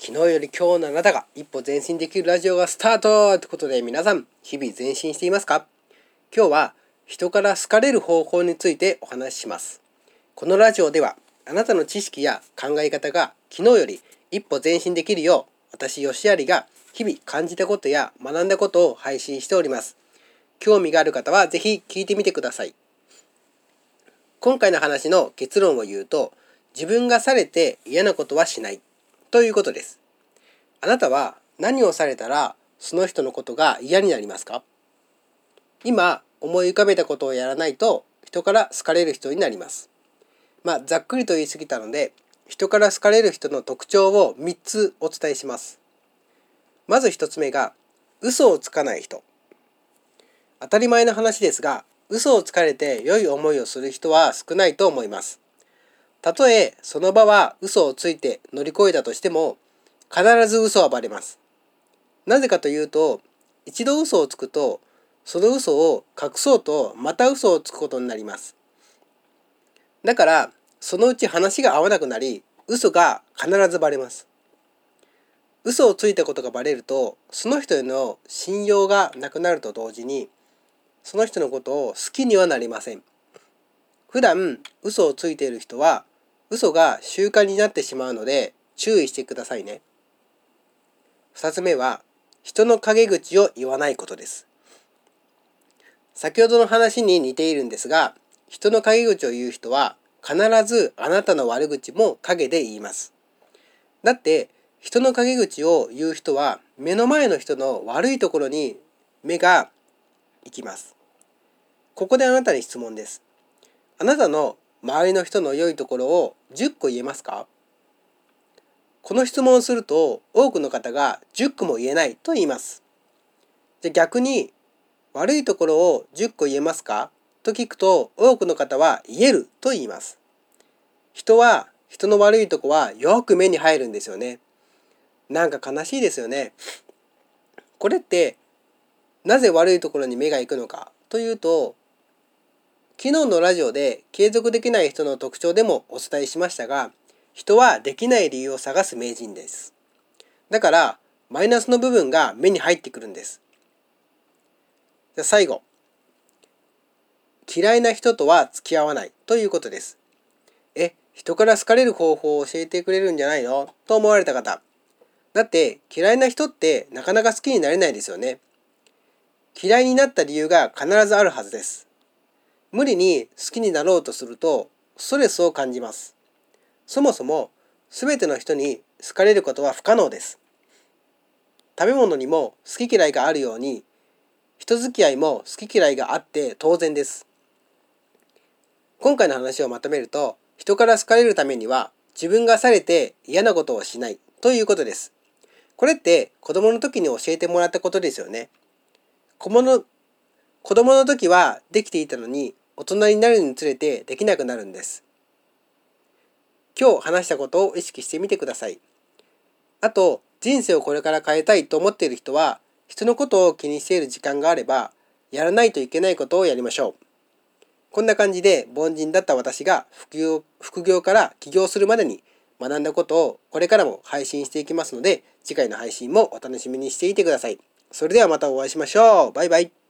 昨日より今日のあなたが一歩前進できるラジオがスタートということで、皆さん日々前進していますか？今日は人から好かれる方法についてお話しします。このラジオではあなたの知識や考え方が昨日より一歩前進できるよう、私吉有が日々感じたことや学んだことを配信しております。興味がある方はぜひ聞いてみてください。今回の話の結論を言うと、自分がされて嫌なことはしないということです。あなたは何をされたらその人のことが嫌になりますか？今思い浮かべたことをやらないと人から好かれる人になります。ざっくりと言い過ぎたので、人から好かれる人の特徴を3つお伝えします。まず1つ目が嘘をつかない人。当たり前の話ですが、嘘をつかれて良い思いをする人は少ないと思います。たとえその場は嘘をついて乗り越えたとしても、必ず嘘はバレます。なぜかというと、一度嘘をつくと、その嘘を隠そうとまた嘘をつくことになります。だから、そのうち話が合わなくなり、嘘が必ずバレます。嘘をついたことがバレると、その人への信用がなくなると同時に、その人のことを好きにはなりません。普段嘘をついている人は、嘘が習慣になってしまうので注意してくださいね。2つ目は、人の陰口を言わないことです。先ほどの話に似ているんですが、人の陰口を言う人は必ずあなたの悪口も陰で言います。だって人の陰口を言う人は目の前の人の悪いところに目が行きます。ここであなたに質問です。あなたの周りの人の良いところを10個言えますか？この質問をすると多くの方が10個も言えないと言います。じゃ逆に悪いところを10個言えますかと聞くと多くの方は言えると言います。人の悪いとこはよく目に入るんですよね。なんか悲しいですよね。これってなぜ悪いところに目が行くのかというと、昨日のラジオで継続できない人の特徴でもお伝えしましたが、人はできない理由を探す名人です。だからマイナスの部分が目に入ってくるんです。じゃあ最後、嫌いな人とは付き合わないということです。人から好かれる方法を教えてくれるんじゃないのと思われた方。だって嫌いな人ってなかなか好きになれないですよね。嫌いになった理由が必ずあるはずです。無理に好きになろうとするとストレスを感じます。そもそも全ての人に好かれることは不可能です。食べ物にも好き嫌いがあるように、人付き合いも好き嫌いがあって当然です。今回の話をまとめると、人から好かれるためには自分がされて嫌なことをしないということです。これって子供の時に教えてもらったことですよね。子供の時はできていたのに、大人になるにつれてできなくなるんです。今日話したことを意識してみてください。あと、人生をこれから変えたいと思っている人は、人のことを気にしている時間があれば、やらないといけないことをやりましょう。こんな感じで凡人だった私が副業から起業するまでに学んだことをこれからも配信していきますので、次回の配信もお楽しみにしていてください。それではまたお会いしましょう。バイバイ。